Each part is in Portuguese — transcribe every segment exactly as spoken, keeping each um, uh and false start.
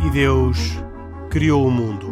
E Deus criou o mundo.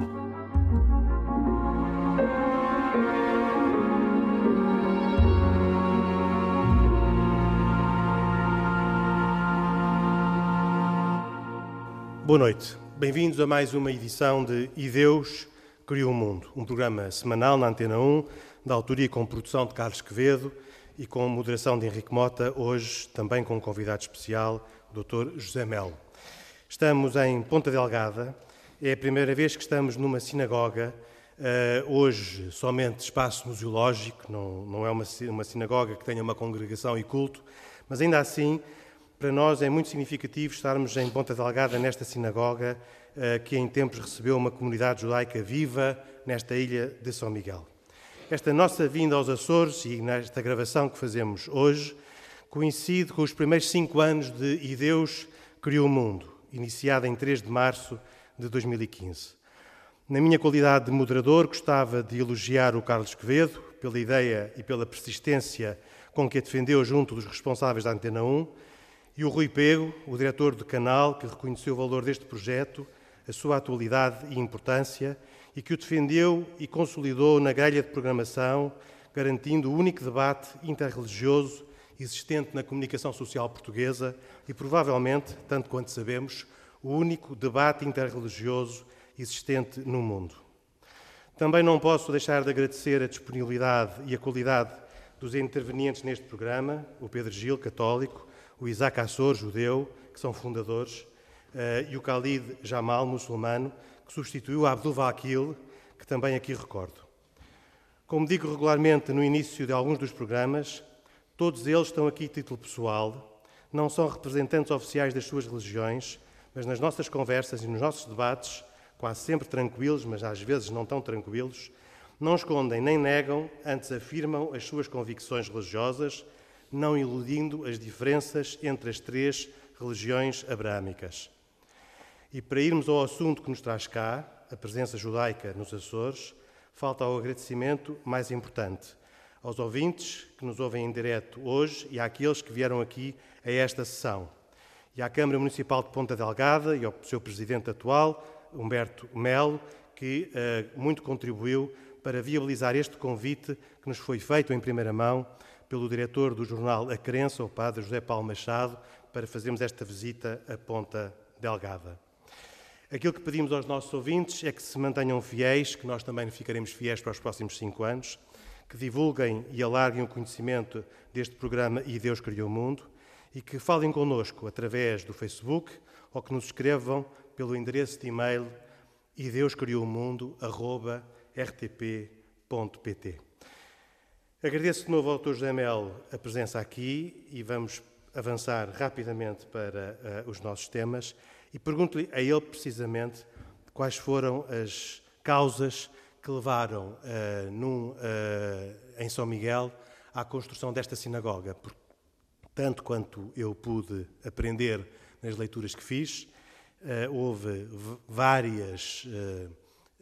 Boa noite. Bem-vindos a mais uma edição de E Deus criou o mundo, um programa semanal na Antena um, da autoria e com produção de Carlos Quevedo e com moderação de Henrique Mota, hoje também com um convidado especial, o doutor José Melo. Estamos em Ponta Delgada, é a primeira vez que estamos numa sinagoga, uh, hoje somente espaço museológico, não, não é uma, uma sinagoga que tenha uma congregação e culto, mas ainda assim, para nós é muito significativo estarmos em Ponta Delgada, nesta sinagoga, uh, que em tempos recebeu uma comunidade judaica viva nesta ilha de São Miguel. Esta nossa vinda aos Açores e nesta gravação que fazemos hoje coincide com os primeiros cinco anos de E Deus criou o mundo, iniciada em três de março de dois mil e quinze. Na minha qualidade de moderador, gostava de elogiar o Carlos Quevedo pela ideia e pela persistência com que a defendeu junto dos responsáveis da Antena um, e o Rui Pego, o diretor do canal, que reconheceu o valor deste projeto, a sua atualidade e importância, e que o defendeu e consolidou na grelha de programação, garantindo o único debate interreligioso existente na comunicação social portuguesa e, provavelmente, tanto quanto sabemos, o único debate interreligioso existente no mundo. Também não posso deixar de agradecer a disponibilidade e a qualidade dos intervenientes neste programa, o Pedro Gil, católico, o Isaac Assor, judeu, que são fundadores, e o Khalid Jamal, muçulmano, que substituiu Abdul Vakil, que também aqui recordo. Como digo regularmente no início de alguns dos programas, todos eles estão aqui a título pessoal, não são representantes oficiais das suas religiões, mas nas nossas conversas e nos nossos debates, quase sempre tranquilos, mas às vezes não tão tranquilos, não escondem nem negam, antes afirmam as suas convicções religiosas, não iludindo as diferenças entre as três religiões abrâmicas. E para irmos ao assunto que nos traz cá, a presença judaica nos Açores, falta o agradecimento mais importante aos ouvintes que nos ouvem em direto hoje e àqueles que vieram aqui a esta sessão. E à Câmara Municipal de Ponta Delgada e ao seu presidente atual, Humberto Melo, que uh, muito contribuiu para viabilizar este convite que nos foi feito em primeira mão pelo diretor do jornal A Crença, o padre José Paulo Machado, para fazermos esta visita a Ponta Delgada. Aquilo que pedimos aos nossos ouvintes é que se mantenham fiéis, que nós também ficaremos fiéis para os próximos cinco anos, que divulguem e alarguem o conhecimento deste programa E Deus Criou o Mundo e que falem connosco através do Facebook ou que nos escrevam pelo endereço de e-mail ideuscriouomundo arroba r t p ponto p t. Agradeço de novo ao doutor José Melo a presença aqui e vamos avançar rapidamente para uh, os nossos temas e pergunto-lhe a ele precisamente quais foram as causas que levaram, uh, num, uh, em São Miguel, à construção desta sinagoga. Porque, tanto quanto eu pude aprender nas leituras que fiz, uh, houve v- várias uh,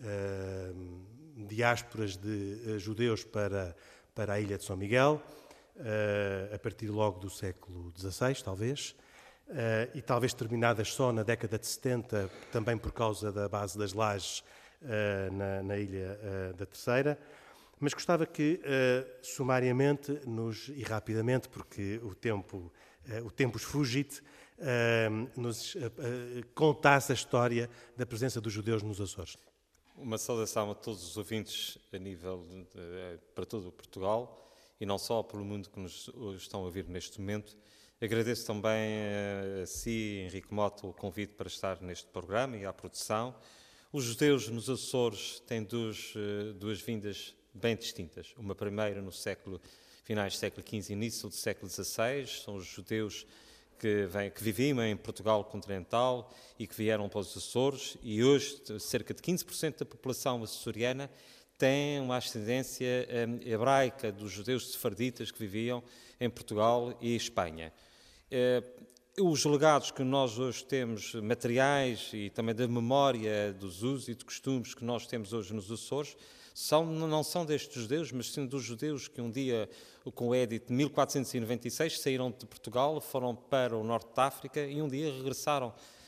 uh, diásporas de uh, judeus para, para a ilha de São Miguel, uh, a partir logo do século dezasseis, talvez, uh, e talvez terminadas só na década de setenta, também por causa da base das lajes, Uh, na, na Ilha uh, da Terceira, mas gostava que, uh, sumariamente, nos, e rapidamente, porque o tempo, uh, o tempus fugit, uh, nos uh, uh, contasse a história da presença dos judeus nos Açores. Uma saudação a todos os ouvintes a nível de, para todo o Portugal e não só pelo mundo que nos estão a ouvir neste momento. Agradeço também a, a si, Henrique Mota, o convite para estar neste programa e à produção. Os judeus nos Açores têm duas, duas vindas bem distintas. Uma primeira no século, finais do século quinze e início do século dezasseis, são os judeus que, vêm, que viviam em Portugal continental e que vieram para os Açores, e hoje cerca de quinze por cento da população açoriana tem uma ascendência um, hebraica dos judeus sefarditas que viviam em Portugal e Espanha. Uh, Os legados que nós hoje temos, materiais e também da memória dos usos e de costumes que nós temos hoje nos Açores, são, não são destes judeus, mas sim dos judeus que um dia, com o Edito de mil quatrocentos e noventa e seis, saíram de Portugal, foram para o norte de África e um dia regressaram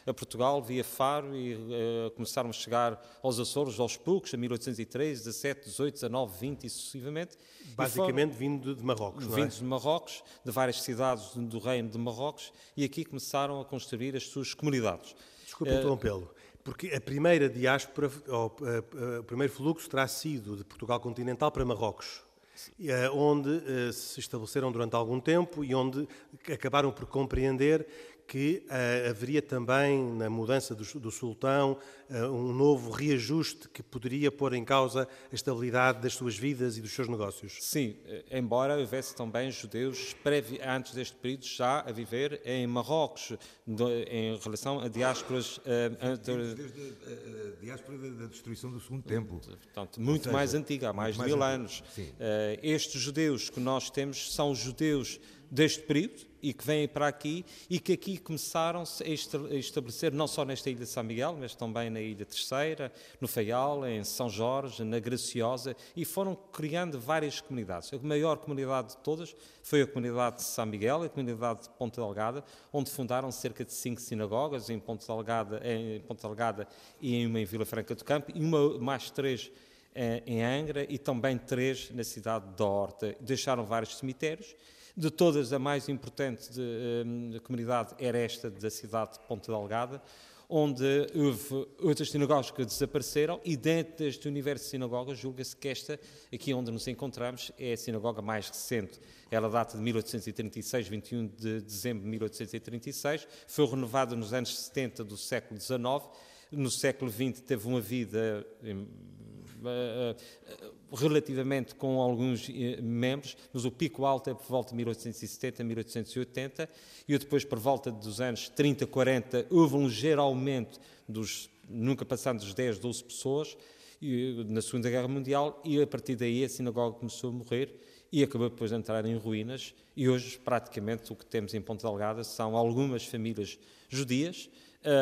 a Portugal via Faro e uh, começaram a chegar aos Açores aos poucos, a mil oitocentos e treze, dezassete, dezoito, dezanove, vinte e sucessivamente. Basicamente vindo de Marrocos, não é? Vindos de Marrocos, de várias cidades do reino de Marrocos, e aqui começaram a construir as suas comunidades. Desculpe interrompê-lo, porque a primeira diáspora, ou, o primeiro fluxo terá sido de Portugal continental para Marrocos, onde se estabeleceram durante algum tempo e onde acabaram por compreender que uh, haveria também, na mudança do, do sultão, uh, um novo reajuste que poderia pôr em causa a estabilidade das suas vidas e dos seus negócios. Sim, embora houvesse também judeus previ, antes deste período já a viver em Marrocos, do, em relação a diásporas... Uh, desde, desde a, a diáspora da destruição do Segundo Tempo. Portanto, muito seja, mais antiga, há mais de mil antigo. anos. Uh, estes judeus que nós temos são judeus deste período e que vêm para aqui e que aqui começaram a estabelecer não só nesta ilha de São Miguel, mas também na Ilha Terceira, no Faial, em São Jorge, na Graciosa, e foram criando várias comunidades. A maior comunidade de todas foi a comunidade de São Miguel, a comunidade de Ponta Delgada, onde fundaram cerca de cinco sinagogas em Ponta Delgada, em Ponta Delgada e uma em Vila Franca do Campo, e uma, mais três em Angra e também três na cidade da Horta. Deixaram vários cemitérios. De todas, a mais importante de, de comunidade era esta da cidade de Ponta Delgada, onde houve outras sinagogas que desapareceram, e dentro deste universo de sinagogas, julga-se que esta, aqui onde nos encontramos, é a sinagoga mais recente. Ela data de mil oitocentos e trinta e seis, vinte e um de dezembro de mil oitocentos e trinta e seis, foi renovada nos anos setenta do século dezenove, no século vinte teve uma vida... relativamente com alguns membros, mas o pico alto é por volta de mil oitocentos e setenta, mil oitocentos e oitenta, e depois, por volta dos anos trinta, quarenta, houve um ligeiro aumento, dos, nunca passando dos dez, doze pessoas, e, na Segunda Guerra Mundial, e a partir daí a sinagoga começou a morrer e acabou depois de entrar em ruínas, e hoje praticamente o que temos em Ponta Delgada são algumas famílias judias,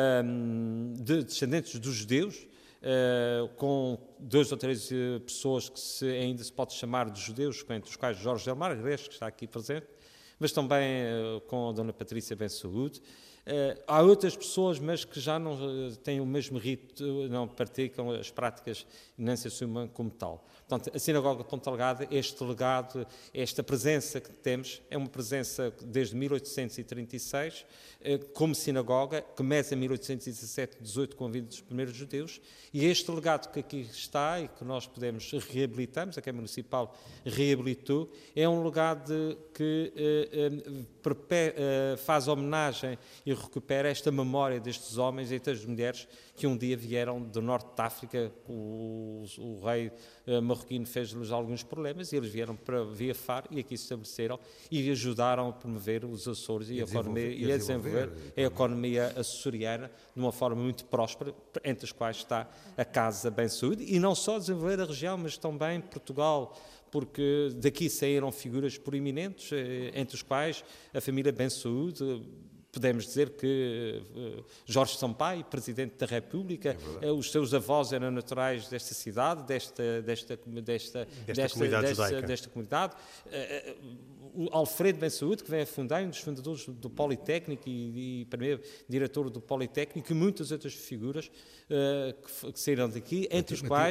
de descendentes dos judeus, Uh, com duas ou três uh, pessoas que se, ainda se pode chamar de judeus, entre os quais Jorge Delmar Gres, que está aqui presente, mas também uh, com a dona Patrícia Ben-Saúde. Uh, há outras pessoas, mas que já não uh, têm o mesmo rito, não praticam as práticas e não se assumem como tal. Portanto, a Sinagoga de Ponta Delgada, este legado, esta presença que temos, é uma presença desde mil oitocentos e trinta e seis, uh, como sinagoga, começa em mil oitocentos e dezassete, dezoito, com a vinda dos primeiros judeus, e este legado que aqui está e que nós podemos reabilitamos, a Câmara Municipal reabilitou, é um legado que uh, uh, perpe- uh, faz homenagem e recupera esta memória destes homens e destas mulheres que um dia vieram do norte de África. O, o rei uh, marroquino fez-lhes alguns problemas e eles vieram para via Faro e aqui se estabeleceram e ajudaram a promover os Açores e, e, a, economia, e a desenvolver a economia açoriana de uma forma muito próspera, entre as quais está a Casa Ben-Saúde, e não só desenvolver a região, mas também Portugal, porque daqui saíram figuras proeminentes, entre os quais a família Ben-Saúde. Podemos dizer que uh, Jorge Sampaio, Presidente da República, é uh, os seus avós eram naturais desta cidade, desta, desta, desta, desta, desta comunidade desta, judaica. Desta comunidade. Uh, o Alfredo Ben-Saúde, que vem a fundar, um dos fundadores do Politécnico e, e primeiro diretor do Politécnico, e muitas outras figuras uh, que, que saíram daqui, entre os quais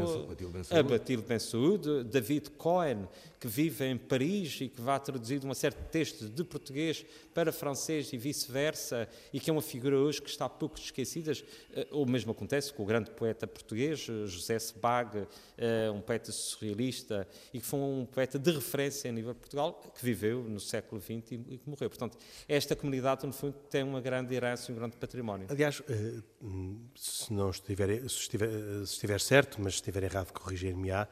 a Batilde Ben-Saúde, David Cohen, que vive em Paris e que vai traduzir um certo texto de português para francês e vice-versa, e que é uma figura hoje que está pouco esquecida. O mesmo acontece com o grande poeta português, José Sebag, um poeta surrealista, e que foi um poeta de referência a nível de Portugal, que viveu no século vinte e que morreu. Portanto, esta comunidade, no fundo, tem uma grande herança e um grande património. Aliás, se não estiver, se estiver, se estiver certo, mas se estiver errado, corrigir-me-á,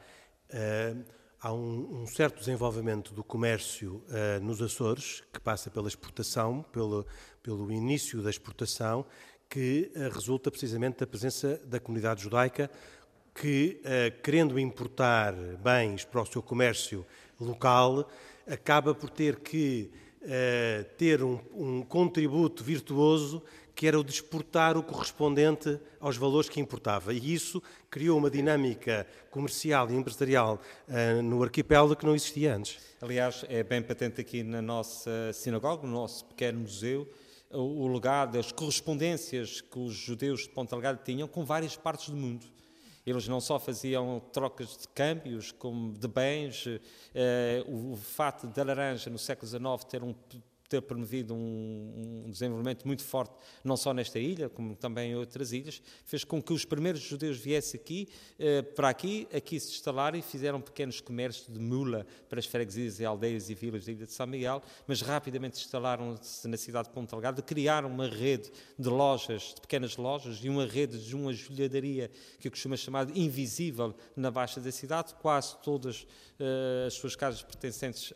há um, um certo desenvolvimento do comércio uh, nos Açores, que passa pela exportação, pelo, pelo início da exportação, que uh, resulta precisamente da presença da comunidade judaica, que, uh, querendo importar bens para o seu comércio local, acaba por ter que uh, ter um, um contributo virtuoso, que era o de exportar o correspondente aos valores que importava. E isso criou uma dinâmica comercial e empresarial uh, no arquipélago que não existia antes. Aliás, é bem patente aqui na nossa sinagoga, no nosso pequeno museu, o legado, as correspondências que os judeus de Ponta Delgada tinham com várias partes do mundo. Eles não só faziam trocas de câmbios, como de bens, eh, o, o fato da laranja no século dezenove ter um ter promovido um, um desenvolvimento muito forte, não só nesta ilha, como também em outras ilhas, fez com que os primeiros judeus viessem aqui, eh, para aqui, aqui se instalaram e fizeram pequenos comércios de mula para as freguesias e aldeias e vilas da ilha de São Miguel, mas rapidamente instalaram-se na cidade de Ponta Delgada, criaram uma rede de lojas, de pequenas lojas, e uma rede de uma joalharia que eu costumo chamar de invisível na baixa da cidade, quase todas uh, as suas casas pertencentes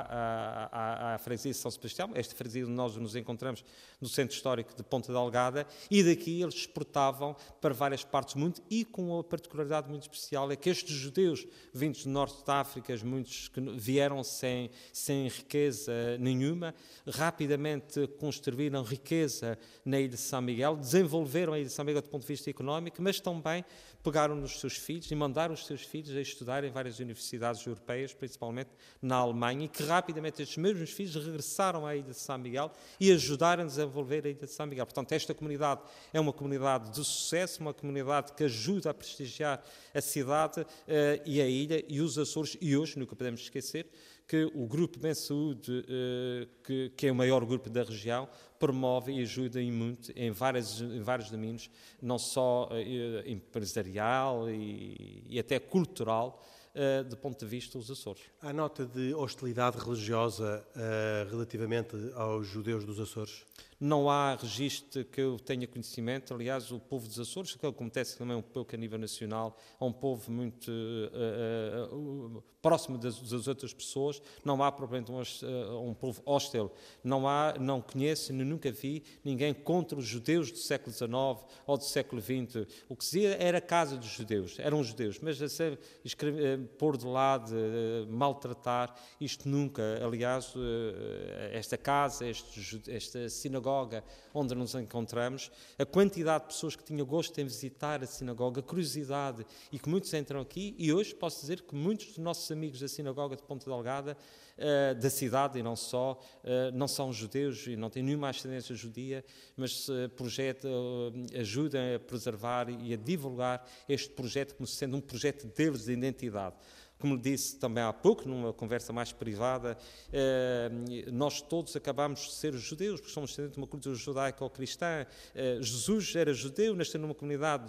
à, à, à, à freguesia de São Sebastião. Esta freguesia onde nós nos encontramos no centro histórico de Ponta Delgada, e daqui eles exportavam para várias partes do mundo, e com uma particularidade muito especial é que estes judeus vindos do norte da África, muitos que vieram sem, sem riqueza nenhuma, rapidamente construíram riqueza na ilha de São Miguel, desenvolveram a ilha de São Miguel do ponto de vista económico, mas também pegaram nos seus filhos e mandaram os seus filhos a estudar em várias universidades europeias, principalmente na Alemanha, e que rapidamente estes mesmos filhos regressaram à ilha de São Miguel e ajudaram a desenvolver a ilha de São Miguel. Portanto, esta comunidade é uma comunidade de sucesso, uma comunidade que ajuda a prestigiar a cidade uh, e a ilha e os Açores, e hoje, nunca podemos esquecer, que o Grupo Bem Saúde, uh, que, que é o maior grupo da região, promove e ajuda em muito em, várias, em vários domínios, não só uh, empresarial e, e até cultural, uh, do ponto de vista dos Açores. Há nota de hostilidade religiosa uh, relativamente aos judeus dos Açores? Não há registro que eu tenha conhecimento. Aliás, o povo dos Açores, que acontece também um pouco a nível nacional, é um povo muito uh, uh, uh, próximo das, das outras pessoas. Não há propriamente um, uh, um povo hostil. Não há, não conheço, nunca vi ninguém contra os judeus do século dezenove ou do século vinte. O que se dizia era a casa dos judeus, eram judeus, mas a ser, escrever, uh, pôr de lado, uh, maltratar, isto nunca. Aliás, uh, esta casa, este, esta sinagoga onde nos encontramos, a quantidade de pessoas que tinham gosto em visitar a sinagoga, a curiosidade, e que muitos entram aqui, e hoje posso dizer que muitos dos nossos amigos da sinagoga de Ponta Delgada, uh, da cidade e não só, uh, não são judeus e não têm nenhuma ascendência judia, mas uh, projeto, uh, ajudam a preservar e a divulgar este projeto como sendo um projeto deles de identidade. Como lhe disse também há pouco, numa conversa mais privada, eh, nós todos acabamos de ser judeus, porque somos descendentes de uma cultura judaico-cristã. Eh, Jesus era judeu, nasceu numa comunidade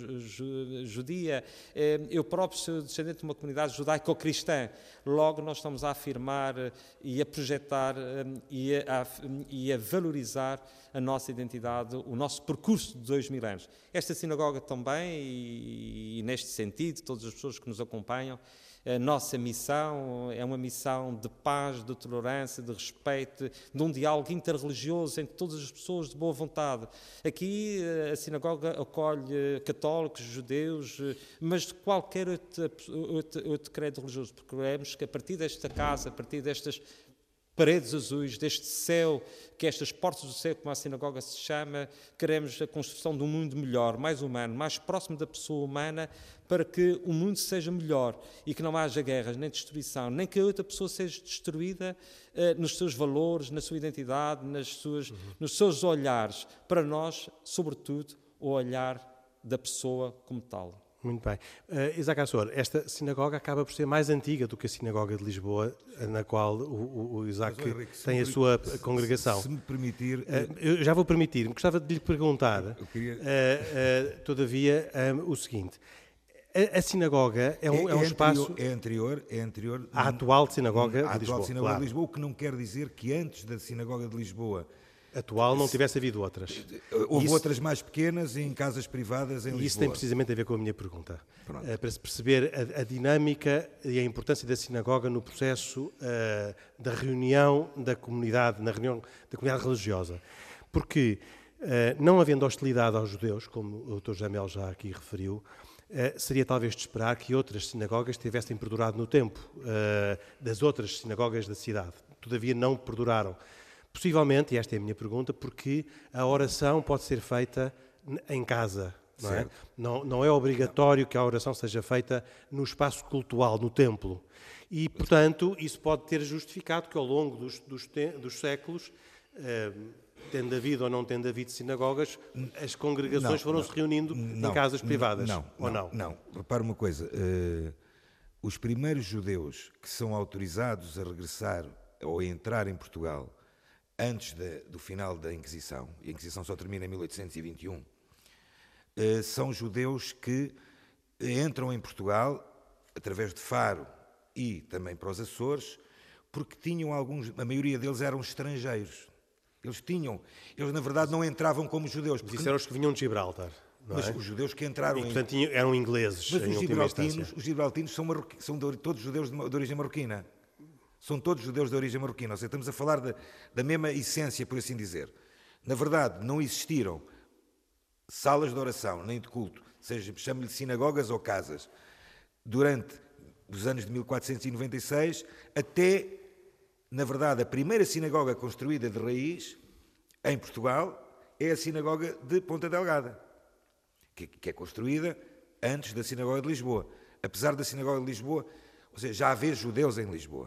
judia. Eh, eu próprio sou descendente de uma comunidade judaico-cristã. Logo, nós estamos a afirmar e a projetar eh, e, a, e a valorizar a nossa identidade, o nosso percurso de dois mil anos. Esta sinagoga também, e, e neste sentido, todas as pessoas que nos acompanham, a nossa missão é uma missão de paz, de tolerância, de respeito, de um diálogo interreligioso entre todas as pessoas de boa vontade. Aqui a sinagoga acolhe católicos, judeus, mas de qualquer outro, outro, outro credo religioso, porque queremos que a partir desta casa, a partir destas paredes azuis, deste céu, que estas portas do céu, como a sinagoga se chama, queremos a construção de um mundo melhor, mais humano, mais próximo da pessoa humana, para que o mundo seja melhor e que não haja guerras, nem destruição, nem que a outra pessoa seja destruída uh, nos seus valores, na sua identidade, nas suas, uhum. nos seus olhares. Para nós, sobretudo, o olhar da pessoa como tal. Muito bem. Uh, Isaac Assor, esta sinagoga acaba por ser mais antiga do que a sinagoga de Lisboa, na qual o, o, o Isaac mas, Henrique, tem a sua se, congregação. Se me permitir... Uh, eu já vou permitir. Gostava de lhe perguntar, queria... uh, uh, todavia, um, o seguinte. A, a sinagoga é um, é, é um espaço... É anterior, é anterior... À atual sinagoga à de Lisboa. atual sinagoga claro. de Lisboa, o que não quer dizer que antes da sinagoga de Lisboa... atual não tivesse havido outras. Houve isso, outras mais pequenas em casas privadas em Lisboa. E isso tem precisamente a ver com a minha pergunta. Uh, para se perceber a, a dinâmica e a importância da sinagoga no processo uh, da reunião da comunidade, na reunião da comunidade religiosa. Porque, uh, não havendo hostilidade aos judeus, como o doutor Jamel já aqui referiu, Uh, seria talvez de esperar que outras sinagogas tivessem perdurado no tempo uh, das outras sinagogas da cidade. Todavia não perduraram. Possivelmente, e esta é a minha pergunta, porque a oração pode ser feita em casa. Não é, não, não é obrigatório que a oração seja feita no espaço cultual, no templo. E, portanto, isso pode ter justificado que ao longo dos, dos, dos séculos uh, tendo havido ou não tendo havido sinagogas, as congregações foram-se reunindo não, em casas privadas, não, ou não? não? Não, repara uma coisa, uh, os primeiros judeus que são autorizados a regressar ou a entrar em Portugal antes de, do final da Inquisição, e a Inquisição só termina em mil oitocentos e vinte e um, uh, são judeus que entram em Portugal através de Faro e também para os Açores, porque tinham alguns, a maioria deles eram estrangeiros. Eles tinham, eles na verdade não entravam como judeus. Mas isso eram os que vinham de Gibraltar, não Mas é? os judeus que entraram E, em... portanto, tinham- eram ingleses, Mas em os última gibraltinos, instância. os gibraltinos são, marroqui- são de, todos judeus de, de origem marroquina. São todos judeus de origem marroquina. Ou seja, estamos a falar de, da mesma essência, por assim dizer. Na verdade, não existiram salas de oração, nem de culto, seja, chame-lhe sinagogas ou casas, durante os anos de mil quatrocentos e noventa e seis até, na verdade, a primeira sinagoga construída de raiz em Portugal é a sinagoga de Ponta Delgada, que, que é construída antes da sinagoga de Lisboa. Apesar da sinagoga de Lisboa, ou seja, já haver judeus em Lisboa.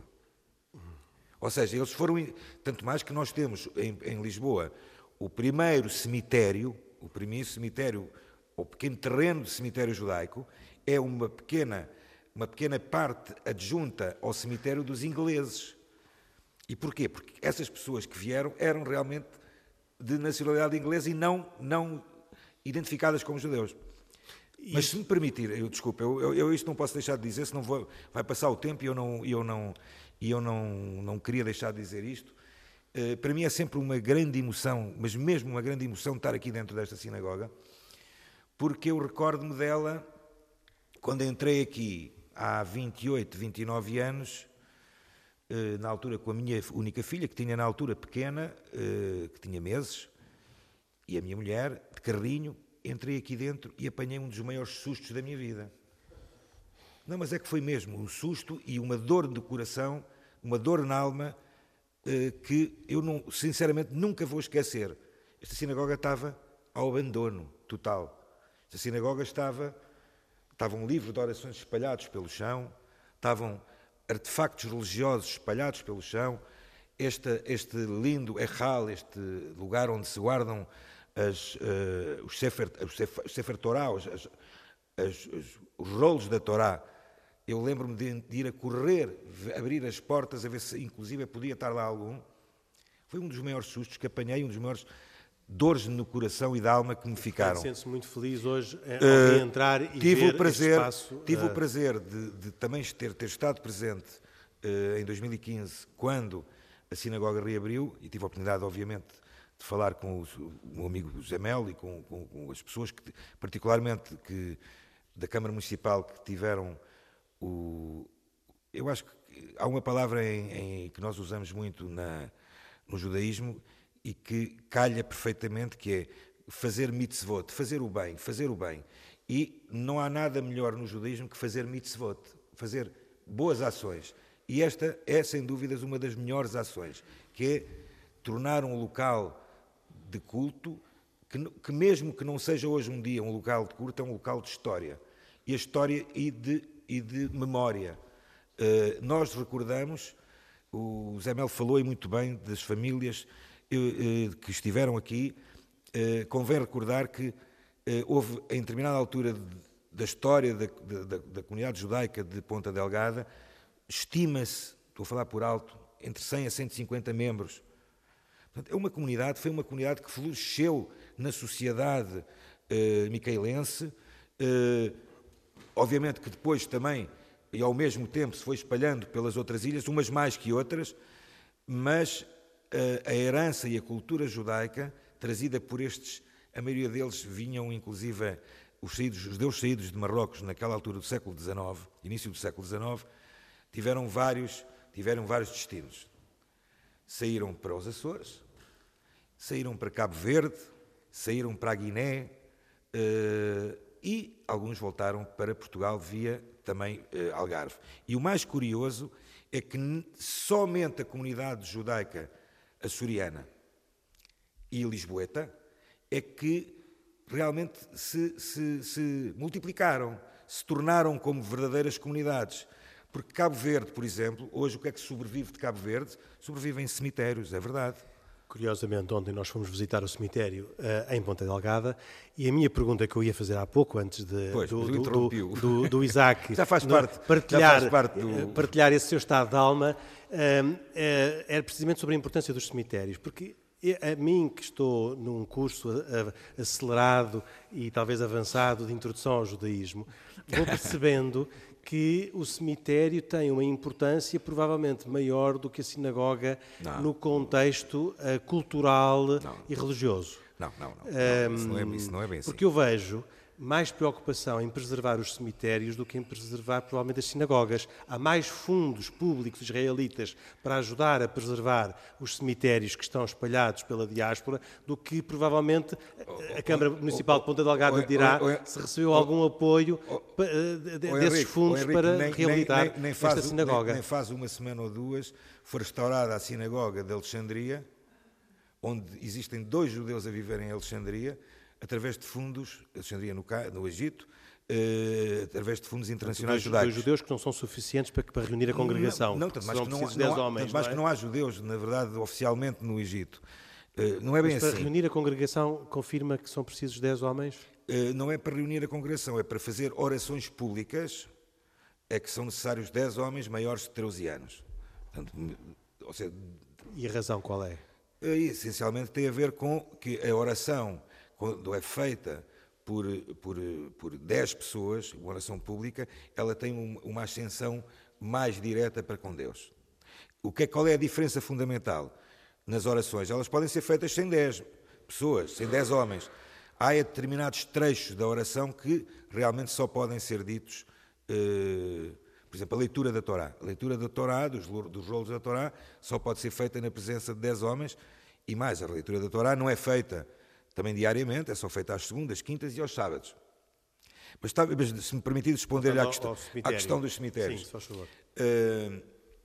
Ou seja, eles foram, tanto mais que nós temos em, em Lisboa o primeiro cemitério, o primeiro cemitério, o pequeno terreno de cemitério judaico, é uma pequena, uma pequena parte adjunta ao cemitério dos ingleses. E porquê? Porque essas pessoas que vieram eram realmente de nacionalidade inglesa e não, não identificadas como judeus. Mas se me permitir, eu desculpe, eu, eu, eu isto não posso deixar de dizer, senão vou, vai passar o tempo e eu não, eu não, e eu não, não queria deixar de dizer isto. Uh, para mim é sempre uma grande emoção, mas mesmo uma grande emoção estar aqui dentro desta sinagoga, porque eu recordo-me dela quando entrei aqui há vinte e oito, vinte e nove anos, uh, na altura com a minha única filha, que tinha na altura pequena, uh, que tinha meses, e a minha mulher, de carrinho, entrei aqui dentro e apanhei um dos maiores sustos da minha vida. Não, mas é que foi mesmo um susto e uma dor de coração, uma dor na alma, que eu, não, sinceramente, nunca vou esquecer. Esta sinagoga estava ao abandono total. Esta sinagoga estava... Estava um livro de orações espalhados pelo chão, estavam artefactos religiosos espalhados pelo chão, este, este lindo Echal, este lugar onde se guardam as, uh, os Sefer, os Sefer, Sefer Torá, os, as, as, os, os rolos da Torá. Eu lembro-me de, de ir a correr, abrir as portas, a ver se inclusive podia estar lá algum. Foi um dos maiores sustos que apanhei, um dos maiores dores no coração e da alma que me ficaram. Sente-se muito feliz hoje ao entrar e tive ver o prazer, este espaço. Tive uh... o prazer de, de também ter, ter estado presente uh, em dois mil e quinze, quando a sinagoga reabriu, e tive a oportunidade, obviamente, de falar com o, o meu amigo José Mel e com, com, com as pessoas, que, particularmente que, da Câmara Municipal, que tiveram o... Eu acho que há uma palavra em, em, que nós usamos muito na, no judaísmo e que calha perfeitamente, que é fazer mitzvot, fazer o bem, fazer o bem. E não há nada melhor no judaísmo que fazer mitzvot, fazer boas ações. E esta é, sem dúvidas, uma das melhores ações, que é tornar um local de culto, que, que mesmo que não seja hoje um dia um local de culto, é um local de história. E a história e de, e de memória. Uh, nós recordamos, o Zé Mel falou e muito bem das famílias que estiveram aqui. Convém recordar que houve, em determinada altura da história da, da, da comunidade judaica de Ponta Delgada, estima-se, estou a falar por alto, entre cem a cento e cinquenta membros. Portanto, é uma comunidade, foi uma comunidade que floresceu na sociedade eh, micaelense, eh, obviamente que depois também, e ao mesmo tempo, se foi espalhando pelas outras ilhas, umas mais que outras, mas a herança e a cultura judaica trazida por estes, a maioria deles vinham inclusive, os, saídos, os judeus saídos de Marrocos naquela altura do século dezenove, início do século dezenove, tiveram vários, tiveram vários destinos. Saíram para os Açores, saíram para Cabo Verde, saíram para a Guiné uh, e alguns voltaram para Portugal via também uh, Algarve. E o mais curioso é que somente a comunidade judaica açoriana e lisboeta é que realmente se, se, se multiplicaram, se tornaram como verdadeiras comunidades. Porque Cabo Verde, por exemplo, hoje o que é que sobrevive de Cabo Verde? Sobrevive em cemitérios, é verdade. Curiosamente, ontem nós fomos visitar o cemitério uh, em Ponta Delgada e a minha pergunta que eu ia fazer há pouco, antes de, pois, do, do, do, do, do Isaac já faz parte, partilhar, já faz parte do... partilhar esse seu estado de alma, uh, uh, era precisamente sobre a importância dos cemitérios, porque a mim, que estou num curso acelerado e talvez avançado de introdução ao judaísmo, vou percebendo que o cemitério tem uma importância provavelmente maior do que a sinagoga não. no contexto uh, cultural não. e religioso. Não, não, não. Um, não, isso, não é, isso não é bem assim. Porque eu vejo mais preocupação em preservar os cemitérios do que em preservar provavelmente as sinagogas. Há mais fundos públicos israelitas para ajudar a preservar os cemitérios que estão espalhados pela diáspora do que provavelmente a Câmara Municipal de Ponta Delgada dirá se recebeu algum apoio desses fundos para reabilitar esta sinagoga. Nem faz uma semana ou duas foi restaurada a sinagoga de Alexandria, onde existem dois judeus a viver em Alexandria, através de fundos, Alexandria no, no Egito, eh, através de fundos internacionais dois, judaicos. Dois judeus que não são suficientes para, para reunir a congregação. Não, não tanto mais, que não, não, há, homens, tanto mais não é? que não há judeus, na verdade, oficialmente no Egito. Eh, não é bem Mas para assim. Para reunir a congregação, confirma que são precisos dez homens? Eh, não é para reunir a congregação, é para fazer orações públicas, é que são necessários dez homens maiores de treze anos. Portanto, ou seja, e a razão qual é? Eh, essencialmente tem a ver com que a oração, quando é feita por, por, por dez pessoas, uma oração pública, ela tem um, uma ascensão mais direta para com Deus. O que é, qual é a diferença fundamental nas orações? Elas podem ser feitas sem dez pessoas, sem dez homens. Há determinados trechos da oração que realmente só podem ser ditos, eh, por exemplo, a leitura da Torá. A leitura da Torá, dos, dos rolos da Torá, só pode ser feita na presença de dez homens, e mais, a leitura da Torá não é feita também diariamente, é só feita às segundas, quintas e aos sábados. Mas, tá, mas se me permitir responder-lhe à, questão, à questão dos cemitérios. Sim, faz favor. Uh,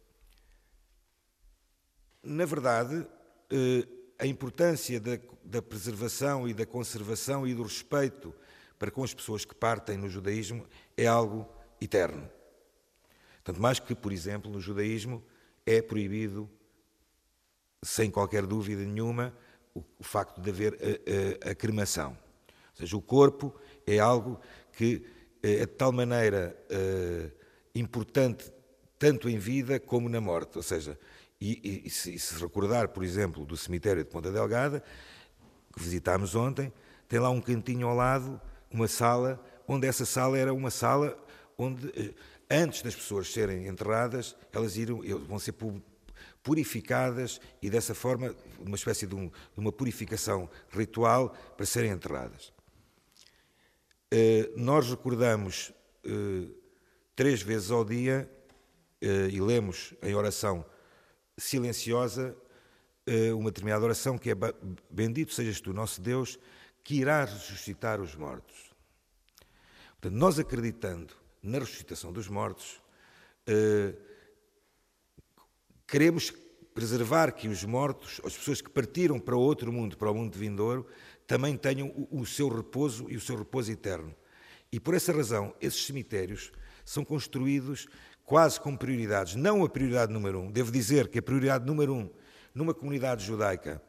na verdade, uh, a importância da, da preservação e da conservação e do respeito para com as pessoas que partem no judaísmo é algo eterno. Tanto mais que, por exemplo, no judaísmo é proibido, sem qualquer dúvida nenhuma, o, o facto de haver a, a, a cremação. Ou seja, o corpo é algo que é de tal maneira uh, importante, tanto em vida como na morte. Ou seja, e, e, se, e se recordar, por exemplo, do cemitério de Ponta Delgada, que visitámos ontem, tem lá um cantinho ao lado, uma sala, onde essa sala era uma sala onde, uh, antes das pessoas serem enterradas, elas irão, vão ser purificadas e, dessa forma, uma espécie de, um, de uma purificação ritual para serem enterradas. Uh, nós recordamos uh, três vezes ao dia uh, e lemos em oração silenciosa uh, uma determinada oração que é: bendito sejas tu, nosso Deus, que irás ressuscitar os mortos. Portanto, nós acreditando na ressuscitação dos mortos, uh, queremos preservar que os mortos, as pessoas que partiram para outro mundo, para o mundo vindouro, também tenham o, o seu repouso e o seu repouso eterno. E por essa razão, esses cemitérios são construídos quase com prioridades. Não a prioridade número um. Devo dizer que a prioridade número um numa comunidade judaica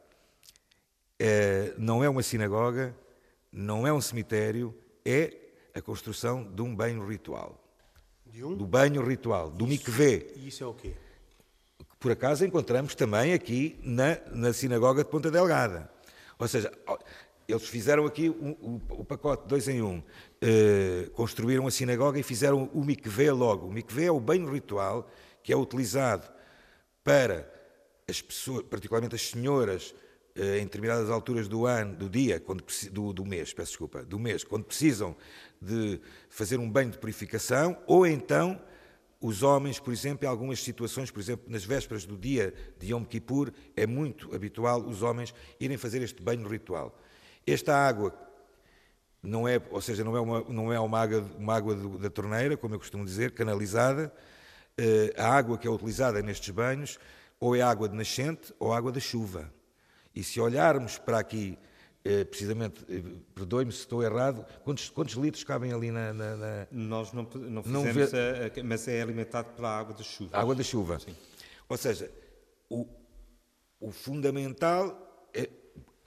é, não é uma sinagoga, não é um cemitério, é a construção de um banho ritual. De um? Do banho ritual, do mikveh. E isso é o quê? Por acaso encontramos também aqui na, na sinagoga de Ponta Delgada. Ou seja, eles fizeram aqui o, o, o pacote dois em um. Uh, construíram a sinagoga e fizeram o mikveh logo. O mikveh é o banho ritual que é utilizado para as pessoas, particularmente as senhoras, uh, em determinadas alturas do ano, do dia, quando, do, do mês, peço desculpa, do mês, quando precisam de fazer um banho de purificação, ou então os homens, por exemplo, em algumas situações, por exemplo, nas vésperas do dia de Yom Kippur, é muito habitual os homens irem fazer este banho ritual. Esta água não é, ou seja, não é uma, não é uma água, uma água da torneira, como eu costumo dizer, canalizada. A água que é utilizada nestes banhos ou é água de nascente ou água da chuva. E se olharmos para aqui, precisamente, perdoe-me se estou errado, quantos, quantos litros cabem ali na... na, na... Nós não, não fizemos, não vê... a, mas é alimentado pela água da chuva. Água da chuva. Sim. Ou seja, o, o fundamental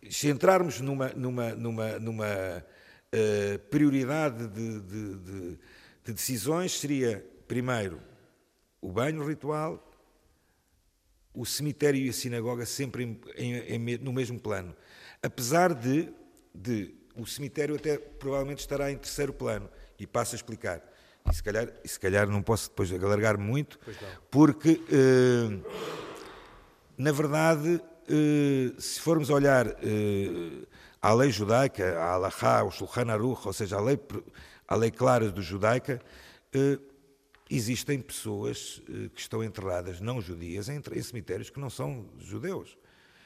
se entrarmos numa, numa, numa, numa uh, prioridade de, de, de, de decisões, seria, primeiro, o banho ritual, o cemitério e a sinagoga sempre em, em, em, no mesmo plano. Apesar de, de o cemitério até provavelmente estará em terceiro plano. E passo a explicar. E se calhar, e se calhar não posso depois alargar muito, porque, uh, na verdade, uh, se formos olhar uh, à lei judaica, à Halachá, ao Shulchan Aruch, ou seja, à lei, à lei clara do judaica, uh, existem pessoas uh, que estão enterradas não judias em, em cemitérios que não são judeus.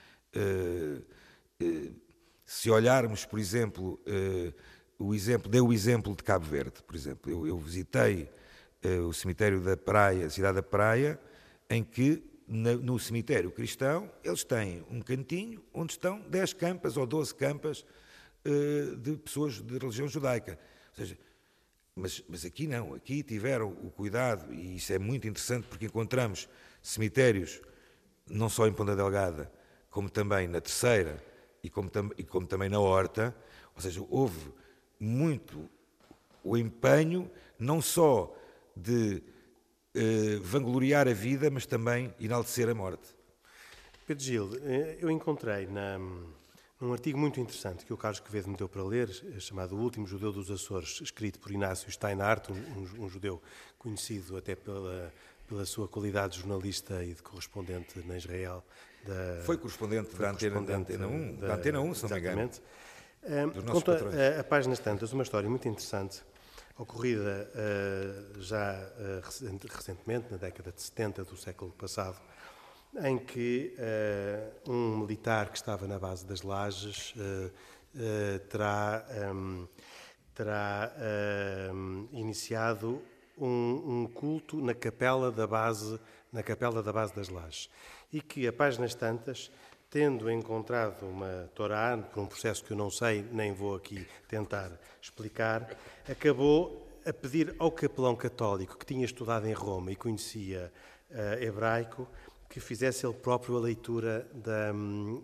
Uh, uh, se olharmos, por exemplo, uh, o exemplo, dei o exemplo de Cabo Verde, por exemplo. Eu, eu visitei uh, o cemitério da Praia, a cidade da Praia, em que na, no cemitério cristão eles têm um cantinho onde estão dez campas ou doze campas uh, de pessoas de religião judaica. Ou seja, mas, mas aqui não, aqui tiveram o cuidado, e isso é muito interessante porque encontramos cemitérios não só em Ponta Delgada, como também na Terceira e como, tam, e como também na Horta. Ou seja, houve muito o empenho, não só de eh, vangloriar a vida, mas também enaltecer a morte. Pedro Gil, eu encontrei na, num artigo muito interessante que o Carlos Quevedo me deu para ler, chamado O Último Judeu dos Açores, escrito por Inácio Steinhardt, um, um, um judeu conhecido até pela, pela sua qualidade de jornalista e de correspondente na Israel. Da, foi correspondente foi da, correspondente Antena, da Antena um, da, da Antena um, se não me engano. Uh, conta a, a páginas tantas uma história muito interessante, ocorrida uh, já uh, recentemente, na década de setenta do século passado, em que uh, um militar que estava na base das Lajes uh, uh, terá, um, terá uh, iniciado um, um culto na capela da base, na capela da base das Lajes, e que a páginas tantas, tendo encontrado uma Torá, por um processo que eu não sei, nem vou aqui tentar explicar, acabou a pedir ao capelão católico que tinha estudado em Roma e conhecia uh, hebraico, que fizesse ele próprio a leitura da, uh,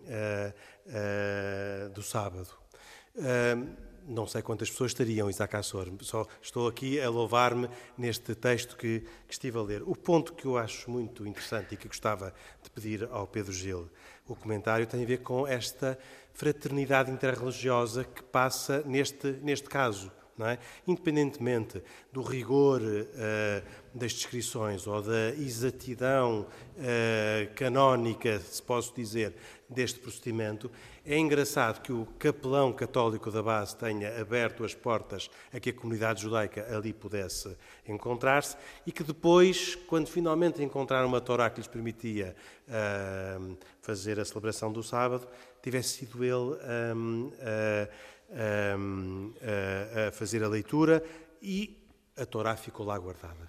uh, do sábado. Uh, não sei quantas pessoas estariam, Isaac Assor, só estou aqui a louvar-me neste texto que, que estive a ler. O ponto que eu acho muito interessante e que gostava de pedir ao Pedro Gil o comentário tem a ver com esta fraternidade interreligiosa que passa neste, neste caso. Não é? Independentemente do rigor uh, das descrições ou da exatidão uh, canónica, se posso dizer, deste procedimento, é engraçado que o capelão católico da base tenha aberto as portas a que a comunidade judaica ali pudesse encontrar-se e que depois, quando finalmente encontraram uma Torá que lhes permitia uh, fazer a celebração do sábado, tivesse sido ele um, uh, Um, a, a fazer a leitura e a Torá ficou lá guardada.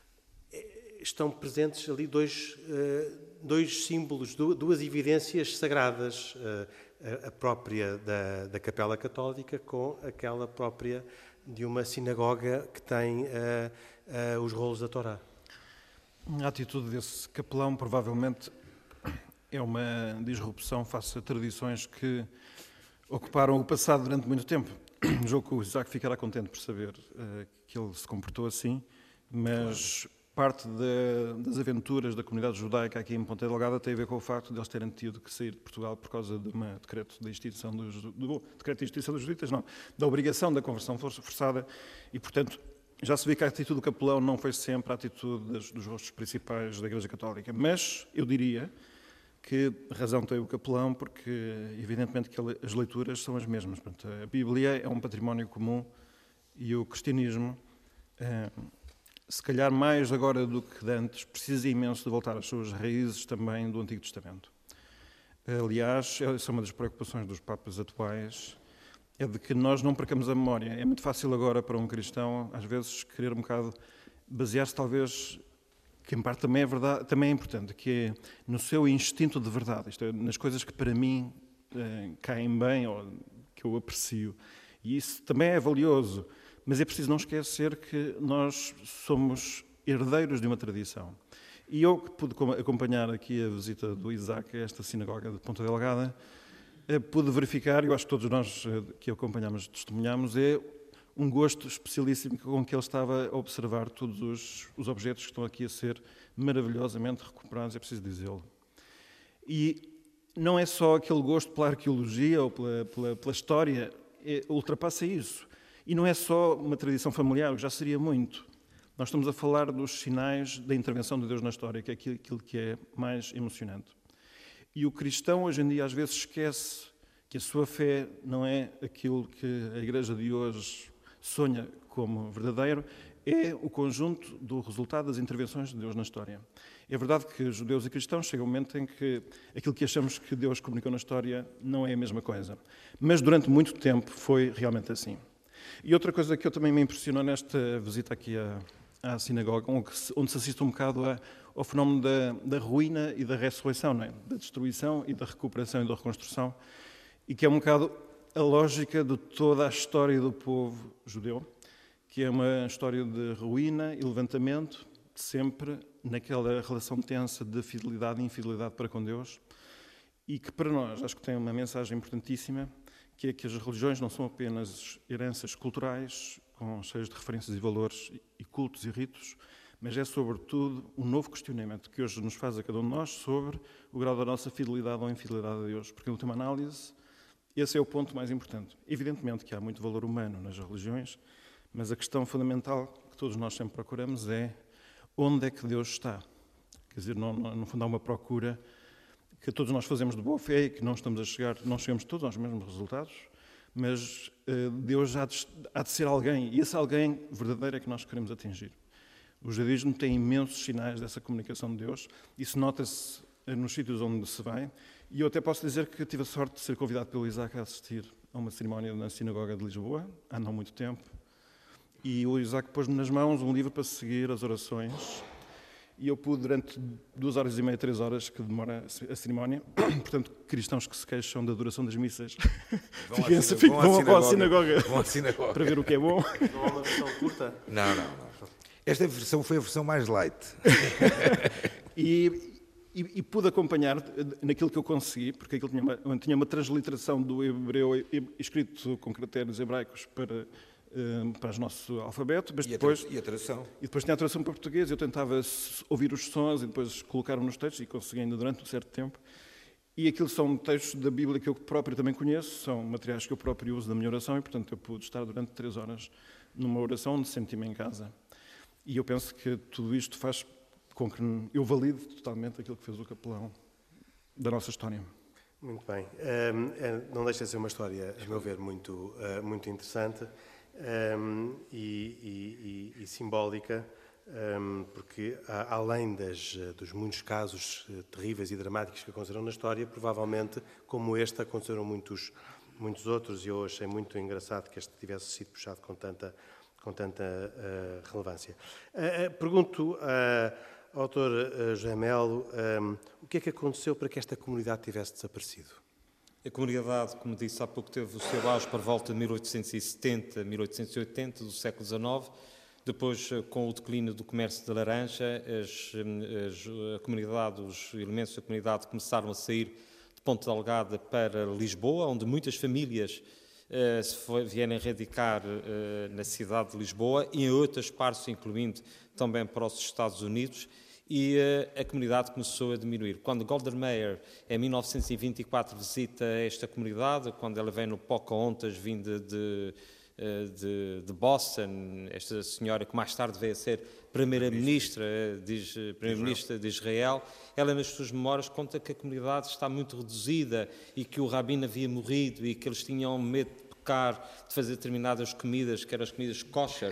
Estão presentes ali dois, dois símbolos, duas evidências sagradas, a própria da, da Capela Católica com aquela própria de uma sinagoga que tem uh, uh, os rolos da Torá. A atitude desse capelão provavelmente é uma disrupção face a tradições que ocuparam o passado durante muito tempo. Julgo que o Isaac ficará contente por saber uh, que ele se comportou assim, mas claro. Parte de, das aventuras da comunidade judaica aqui em Ponta Delgada tem a ver com o facto de eles terem tido que sair de Portugal por causa de um decreto de instituição dos, do decreto de instituição dos juditas, não, da obrigação da conversão forçada, e portanto já se vê que a atitude do capelão não foi sempre a atitude das, dos rostos principais da Igreja Católica, mas eu diria que razão tem o capelão, porque evidentemente que as leituras são as mesmas. Portanto, a Bíblia é um património comum e o cristianismo, eh, se calhar mais agora do que antes, precisa imenso de voltar às suas raízes também do Antigo Testamento. Aliás, essa é uma das preocupações dos papas atuais, é de que nós não percamos a memória. É muito fácil agora para um cristão, às vezes, querer um bocado basear-se talvez, que em parte também é verdade, também é importante, que é no seu instinto de verdade, isto é, nas coisas que para mim eh, caem bem ou que eu aprecio. E isso também é valioso, mas é preciso não esquecer que nós somos herdeiros de uma tradição. E eu que pude acompanhar aqui a visita do Isaac a esta sinagoga de Ponta Delgada, pude verificar, eu acho que todos nós que acompanhamos testemunhamos, é um gosto especialíssimo com que ele estava a observar todos os, os objetos que estão aqui a ser maravilhosamente recuperados, é preciso dizê-lo. E não é só aquele gosto pela arqueologia ou pela, pela, pela história, é, ultrapassa isso. E não é só uma tradição familiar, que já seria muito. Nós estamos a falar dos sinais da intervenção de Deus na história, que é aquilo, aquilo que é mais emocionante. E o cristão, hoje em dia, às vezes esquece que a sua fé não é aquilo que a Igreja de hoje sonha como verdadeiro, é o conjunto do resultado das intervenções de Deus na história. É verdade que judeus e cristãos chegam a um momento em que aquilo que achamos que Deus comunicou na história não é a mesma coisa. Mas durante muito tempo foi realmente assim. E outra coisa que eu também me impressionou nesta visita aqui à, à sinagoga, onde se assiste um bocado a, ao fenómeno da, da ruína e da ressurreição, não é? Da destruição e da recuperação e da reconstrução, e que é um bocado a lógica de toda a história do povo judeu, que é uma história de ruína e levantamento, sempre naquela relação tensa de fidelidade e infidelidade para com Deus, e que para nós acho que tem uma mensagem importantíssima, que é que as religiões não são apenas heranças culturais, com cheias de referências e valores e cultos e ritos, mas é, sobretudo, um novo questionamento que hoje nos faz a cada um de nós sobre o grau da nossa fidelidade ou infidelidade a Deus. Porque, em última análise, esse é o ponto mais importante. Evidentemente que há muito valor humano nas religiões, mas a questão fundamental que todos nós sempre procuramos é onde é que Deus está. Quer dizer, não, não, no fundo há uma procura que todos nós fazemos de boa fé e que não estamos a chegar, não chegamos todos aos mesmos resultados, mas uh, Deus há de, há de ser alguém, e esse alguém verdadeiro é que nós queremos atingir. O judaísmo tem imensos sinais dessa comunicação de Deus, isso nota-se nos sítios onde se vai, e eu até posso dizer que tive a sorte de ser convidado pelo Isaac a assistir a uma cerimónia na sinagoga de Lisboa, há não muito tempo, e o Isaac pôs-me nas mãos um livro para seguir as orações, e eu pude, durante duas horas e meia, três horas, que demora a cerimónia, portanto, cristãos que se queixam da duração das missas, Vão, fiquem, à, fiquem, vão, vão, à vão à sinagoga, sinagoga, vão à sinagoga para ver o que é bom. Não há uma versão curta? Não, não, não. Esta versão foi a versão mais light. e, e, e pude acompanhar naquilo que eu consegui, porque aquilo tinha uma, tinha uma transliteração do hebreu escrito com caracteres hebraicos para... para o nosso alfabeto, mas e depois... A e a tradução. E depois tinha a tradução para português, eu tentava ouvir os sons e depois colocar-me nos textos, e consegui ainda durante um certo tempo. E aquilo são textos da Bíblia que eu próprio também conheço, são materiais que eu próprio uso na minha oração, e portanto eu pude estar durante três horas numa oração onde senti-me em casa. E eu penso que tudo isto faz com que eu valide totalmente aquilo que fez o capelão da nossa história. Muito bem. Um, não deixa de ser uma história, a meu ver, muito, uh, muito interessante. Um, e, e, e simbólica, um, porque a, além das, dos muitos casos uh, terríveis e dramáticos que aconteceram na história, provavelmente, como este, aconteceram muitos, muitos outros, e eu achei muito engraçado que este tivesse sido puxado com tanta, com tanta uh, relevância. Uh, uh, pergunto uh, ao autor uh, José Melo, um, o que é que aconteceu para que esta comunidade tivesse desaparecido? A comunidade, como disse há pouco, teve o seu auge por volta de mil oitocentos e setenta, mil oitocentos e oitenta, do século dezenove. Depois, com o declínio do comércio de laranja, as, as, a comunidade, os elementos da comunidade começaram a sair de Ponta Delgada para Lisboa, onde muitas famílias uh, se foi, vieram radicar uh, na cidade de Lisboa e em outras partes, incluindo também para os Estados Unidos. E uh, a comunidade começou a diminuir. Quando Golda Meir, em mil novecentos e vinte e quatro, visita esta comunidade, quando ela vem no Pocahontas, vinda de, uh, de, de Boston, esta senhora que mais tarde veio a ser primeira-ministra, diz, primeira-ministra de Israel, ela nas suas memórias conta que a comunidade está muito reduzida e que o rabino havia morrido e que eles tinham medo de fazer determinadas comidas, que eram as comidas kosher.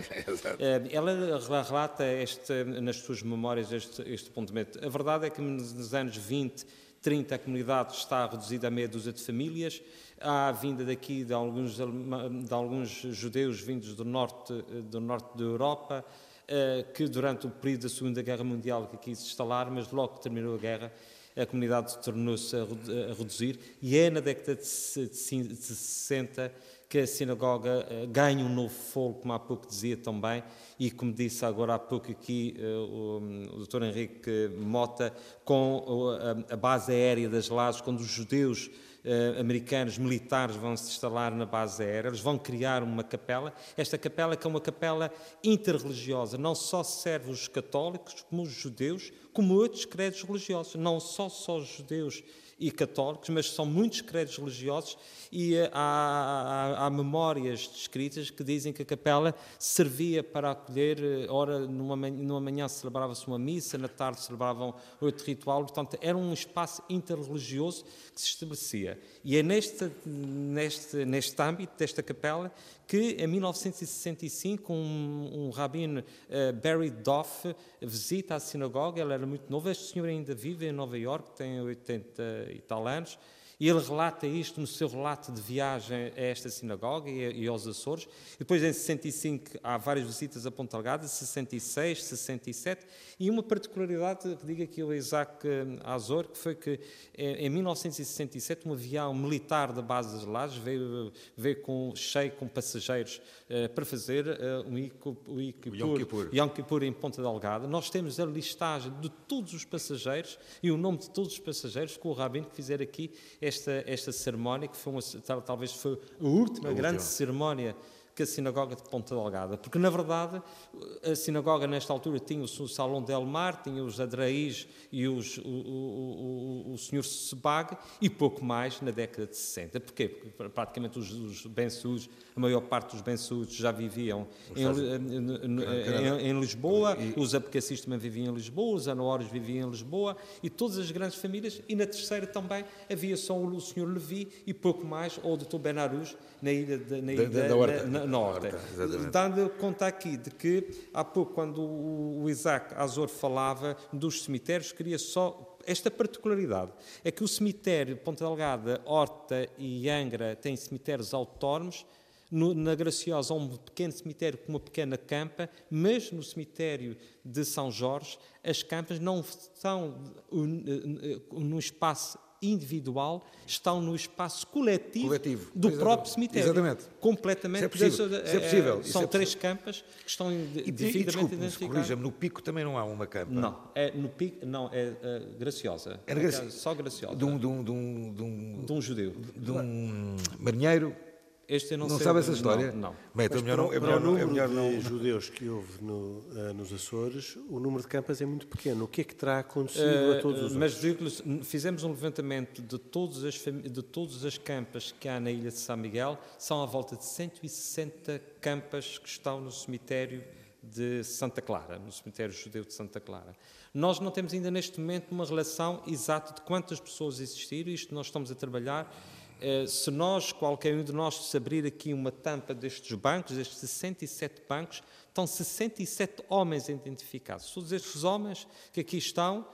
Ela relata este, nas suas memórias este, este apontamento. A verdade é que nos anos vinte, trinta, a comunidade está reduzida a meia dúzia de famílias. Há a vinda daqui de alguns, de alguns judeus vindos do norte, do norte da Europa, que durante o período da Segunda Guerra Mundial que aqui se instalaram, mas logo que terminou a guerra, a comunidade tornou-se a reduzir, e é na década de sessenta que a sinagoga ganha um novo fogo, como há pouco dizia também, e como disse agora há pouco aqui o, o doutor Henrique Mota, com a base aérea das Lajes, quando os judeus uh, americanos, militares, vão se instalar na base aérea, eles vão criar uma capela. Esta capela que é uma capela interreligiosa, não só serve os católicos, como os judeus, como outros credos religiosos, não só só os judeus e católicos, mas são muitos credos religiosos e há, há, há memórias descritas que dizem que a capela servia para acolher, ora numa, numa manhã celebrava-se uma missa, na tarde celebravam outro ritual, portanto era um espaço interreligioso que se estabelecia. E é neste, neste, neste âmbito desta capela que em mil novecentos e sessenta e cinco um, um rabino, uh, Barry Doff, visita a sinagoga. Ele era muito novo, este senhor ainda vive em Nova Iorque, tem oitenta e tal anos, e ele relata isto no seu relato de viagem a esta sinagoga e, e aos Açores. E depois, em sessenta e cinco, há várias visitas a Ponta Delgada, sessenta e seis, sessenta e sete, e uma particularidade que diga aqui o Isaac Azor, que foi que em mil novecentos e sessenta e sete um avião militar da base das Lajes veio, veio com, cheio com passageiros uh, para fazer uh, um Yom Kippur, Yom Kippur em Ponta Delgada. Nós temos a listagem de todos os passageiros e o nome de todos os passageiros com o rabino que fizer aqui esta, esta cerimónia, que foi uma, talvez foi a última a grande última. cerimónia que a sinagoga de Ponta Delgada, porque na verdade a sinagoga nesta altura tinha o Salão Del Mar, tinha os Adraís e os, o, o, o, o senhor Sebag e pouco mais na década de sessenta. Porquê? Porque praticamente os, os Ben-Suds, a maior parte dos Ben-Suds já viviam em, em, em, em Lisboa, e... os Abcacis também viviam em Lisboa, os Anoores viviam em Lisboa e todas as grandes famílias, e na terceira também havia só o senhor Levi e pouco mais, ou o doutor Benarus na ilha de, na ilha, da, da Horta. Na, na Horta. Horta, dando conta aqui de que há pouco, quando o, o Isaac Azor falava dos cemitérios, queria só esta particularidade, é que o cemitério de Ponta Delgada, Horta e Angra têm cemitérios autónomos. No, na Graciosa há um pequeno cemitério com uma pequena campa, mas no cemitério de São Jorge as campas não estão num espaço individual, estão no espaço coletivo, coletivo. do Exatamente. próprio cemitério. Exatamente. Completamente. Isso é possível. Isso é possível. São é três campas que estão devidamente identificadas. Corrija-me, no Pico também não há uma campa? Não, é no Pico, não, é uh, Graciosa. É Graci... Só Graciosa. De um, de um, de um, de um, de um judeu. De um marinheiro. Este eu não, não sei sabe de... essa história? Não. não. Mas então, para, não, é para melhor, o número é melhor de não... judeus que houve no, uh, nos Açores, o número de campas é muito pequeno. O que é que terá acontecido uh, a todos os mas, outros? Mas fizemos um levantamento de todas, as de todas as campas que há na ilha de São Miguel. São à volta de cento e sessenta campas que estão no cemitério de Santa Clara, no cemitério judeu de Santa Clara. Nós não temos ainda neste momento uma relação exata de quantas pessoas existiram. Isto nós estamos a trabalhar. Uh, se nós, qualquer um de nós, se abrir aqui uma tampa destes bancos, destes sessenta e sete bancos, estão sessenta e sete homens identificados. Todos estes homens que aqui estão,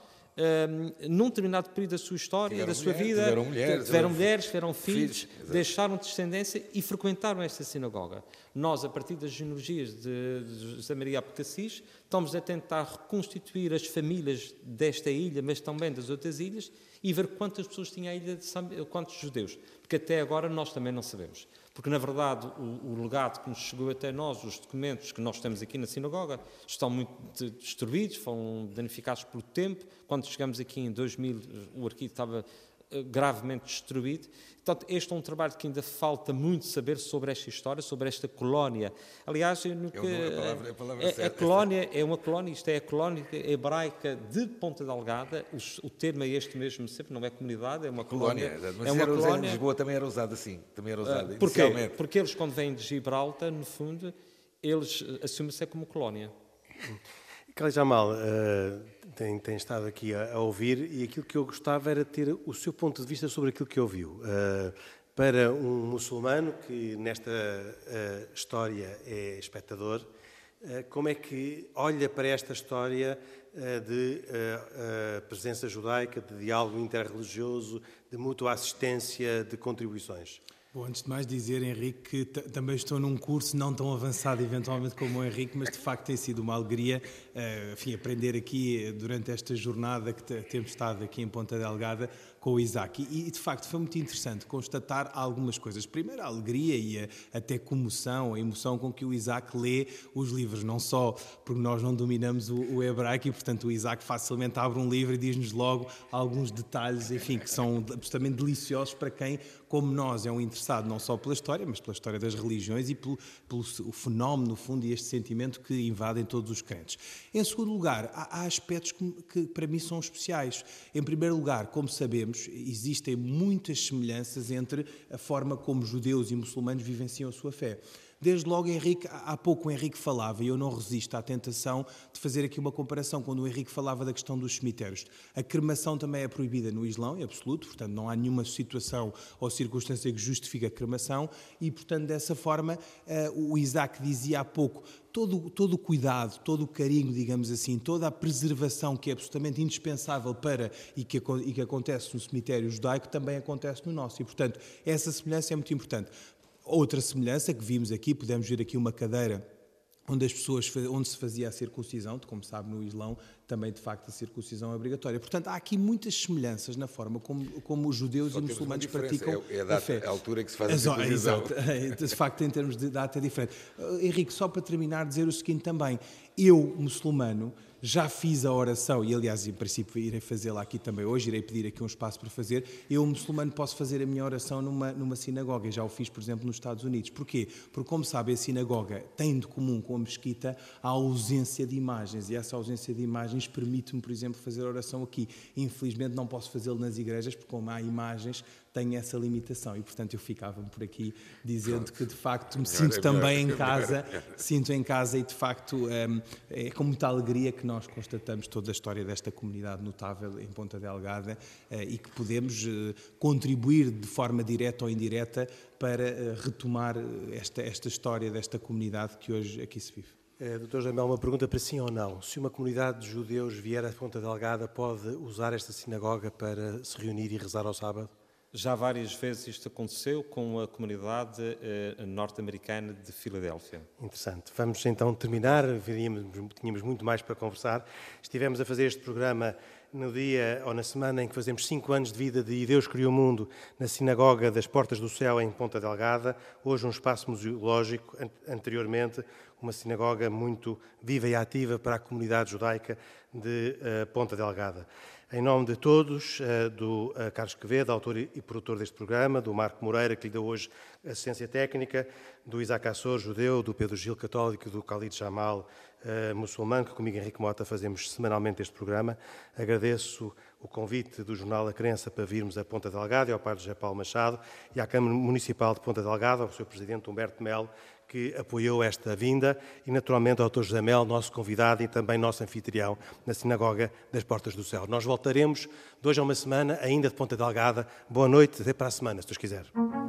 um, num determinado período da sua história, tiveram da sua mulher, vida, tiveram mulheres, tiveram, mulheres, tiveram filhos, filhos deixaram descendência e frequentaram esta sinagoga. Nós, a partir das genealogias de, de José Maria Abcacis, estamos a tentar reconstituir as famílias desta ilha, mas também das outras ilhas, e ver quantas pessoas tinha a ilha de São, quantos judeus, porque até agora nós também não sabemos. Porque, na verdade, o, o legado que nos chegou até nós, os documentos que nós temos aqui na sinagoga, estão muito destruídos, foram danificados pelo tempo. Quando chegamos aqui em dois mil, o arquivo estava gravemente destruído. Portanto, este é um trabalho que ainda falta muito saber sobre esta história, sobre esta colónia. Aliás, eu nunca, é a palavra, a palavra é, certa. A colónia é uma colónia, isto é a colónia hebraica de Ponta Delgada. O, o termo é este mesmo sempre, não é comunidade, é uma colónia. colónia mas é uma era, colónia. Em Lisboa também era usado assim, também era usado uh, porquê? Porque eles, quando vêm de Gibraltar, no fundo, eles assumem-se como colónia. Khalil Jamal uh, tem, tem estado aqui a, a ouvir, e aquilo que eu gostava era ter o seu ponto de vista sobre aquilo que ouviu. Uh, para um muçulmano que nesta uh, história é espectador, uh, como é que olha para esta história uh, de uh, uh, presença judaica, de diálogo interreligioso, de mútua assistência, de contribuições? Bom, antes de mais dizer, Henrique, que também estou num curso não tão avançado eventualmente como o Henrique, mas de facto tem sido uma alegria uh, enfim, aprender aqui durante esta jornada que temos estado aqui em Ponta Delgada com o Isaac. E, de facto, foi muito interessante constatar algumas coisas. Primeiro, a alegria e a, até comoção, a emoção com que o Isaac lê os livros. Não só porque nós não dominamos o, o hebraico e, portanto, o Isaac facilmente abre um livro e diz-nos logo alguns detalhes, enfim, que são absolutamente deliciosos para quem, como nós, é um interessado não só pela história, mas pela história das religiões e pelo, pelo o fenómeno, no fundo, e este sentimento que invadem todos os crentes. Em segundo lugar, há, há aspectos que, que para mim são especiais. Em primeiro lugar, como sabemos, existem muitas semelhanças entre a forma como judeus e muçulmanos vivenciam a sua fé. Desde logo, Henrique, há pouco o Henrique falava, e eu não resisto à tentação de fazer aqui uma comparação, quando o Henrique falava da questão dos cemitérios. A cremação também é proibida no Islão, é absoluto, portanto não há nenhuma situação ou circunstância que justifique a cremação e, portanto, dessa forma, o Isaac dizia há pouco, todo, todo o cuidado, todo o carinho, digamos assim, toda a preservação que é absolutamente indispensável para e que, e que acontece no cemitério judaico também acontece no nosso e, portanto, essa semelhança é muito importante. Outra semelhança que vimos aqui, podemos ver aqui uma cadeira onde as pessoas, onde se fazia a circuncisão, como sabe no Islão, também de facto a circuncisão é obrigatória. Portanto, há aqui muitas semelhanças na forma como, como os judeus Só e muçulmanos praticam é, é a, data, a fé. É a altura em que se faz a circuncisão. Exato, de facto em termos de data é diferente. Henrique, só para terminar, dizer o seguinte também, eu, muçulmano, já fiz a oração, e aliás, em princípio, irei fazê-la aqui também hoje, irei pedir aqui um espaço para fazer. Eu, muçulmano, posso fazer a minha oração numa, numa sinagoga. Já o fiz, por exemplo, nos Estados Unidos. Porquê? Porque, como sabem, a sinagoga tem de comum com a mesquita a ausência de imagens, e essa ausência de imagens permite-me, por exemplo, fazer a oração aqui. Infelizmente, não posso fazê-lo nas igrejas, porque, como há imagens, tenho essa limitação. E, portanto, eu ficava-me por aqui dizendo que, de facto, me sinto também em casa, sinto em casa e, de facto, é com muita alegria que nós constatamos toda a história desta comunidade notável em Ponta Delgada e que podemos contribuir de forma direta ou indireta para retomar esta, esta história desta comunidade que hoje aqui se vive. É, doutor Jamel, uma pergunta para sim ou não. Se uma comunidade de judeus vier a Ponta Delgada, pode usar esta sinagoga para se reunir e rezar ao sábado? Já várias vezes isto aconteceu com a comunidade eh, norte-americana de Filadélfia. Interessante. Vamos então terminar, tínhamos muito mais para conversar. Estivemos a fazer este programa no dia ou na semana em que fazemos cinco anos de vida de E Deus Criou o Mundo na Sinagoga das Portas do Céu em Ponta Delgada, hoje um espaço museológico, anteriormente uma sinagoga muito viva e ativa para a comunidade judaica de uh, Ponta Delgada. Em nome de todos, do Carlos Quevedo, autor e produtor deste programa, do Marco Moreira, que lhe deu hoje assistência técnica, do Isaac Assor, judeu, do Pedro Gil, católico, do Khalid Jamal, muçulmano, que comigo, Henrique Mota, fazemos semanalmente este programa. Agradeço o convite do jornal A Crença para virmos a Ponta Delgada e ao padre José Paulo Machado e à Câmara Municipal de Ponta Delgada, ao seu presidente Humberto Melo, que apoiou esta vinda, e naturalmente ao doutor José Mel, nosso convidado e também nosso anfitrião na Sinagoga das Portas do Céu. Nós voltaremos de hoje a uma semana, ainda de Ponta Delgada. Boa noite, até para a semana, se Deus quiser.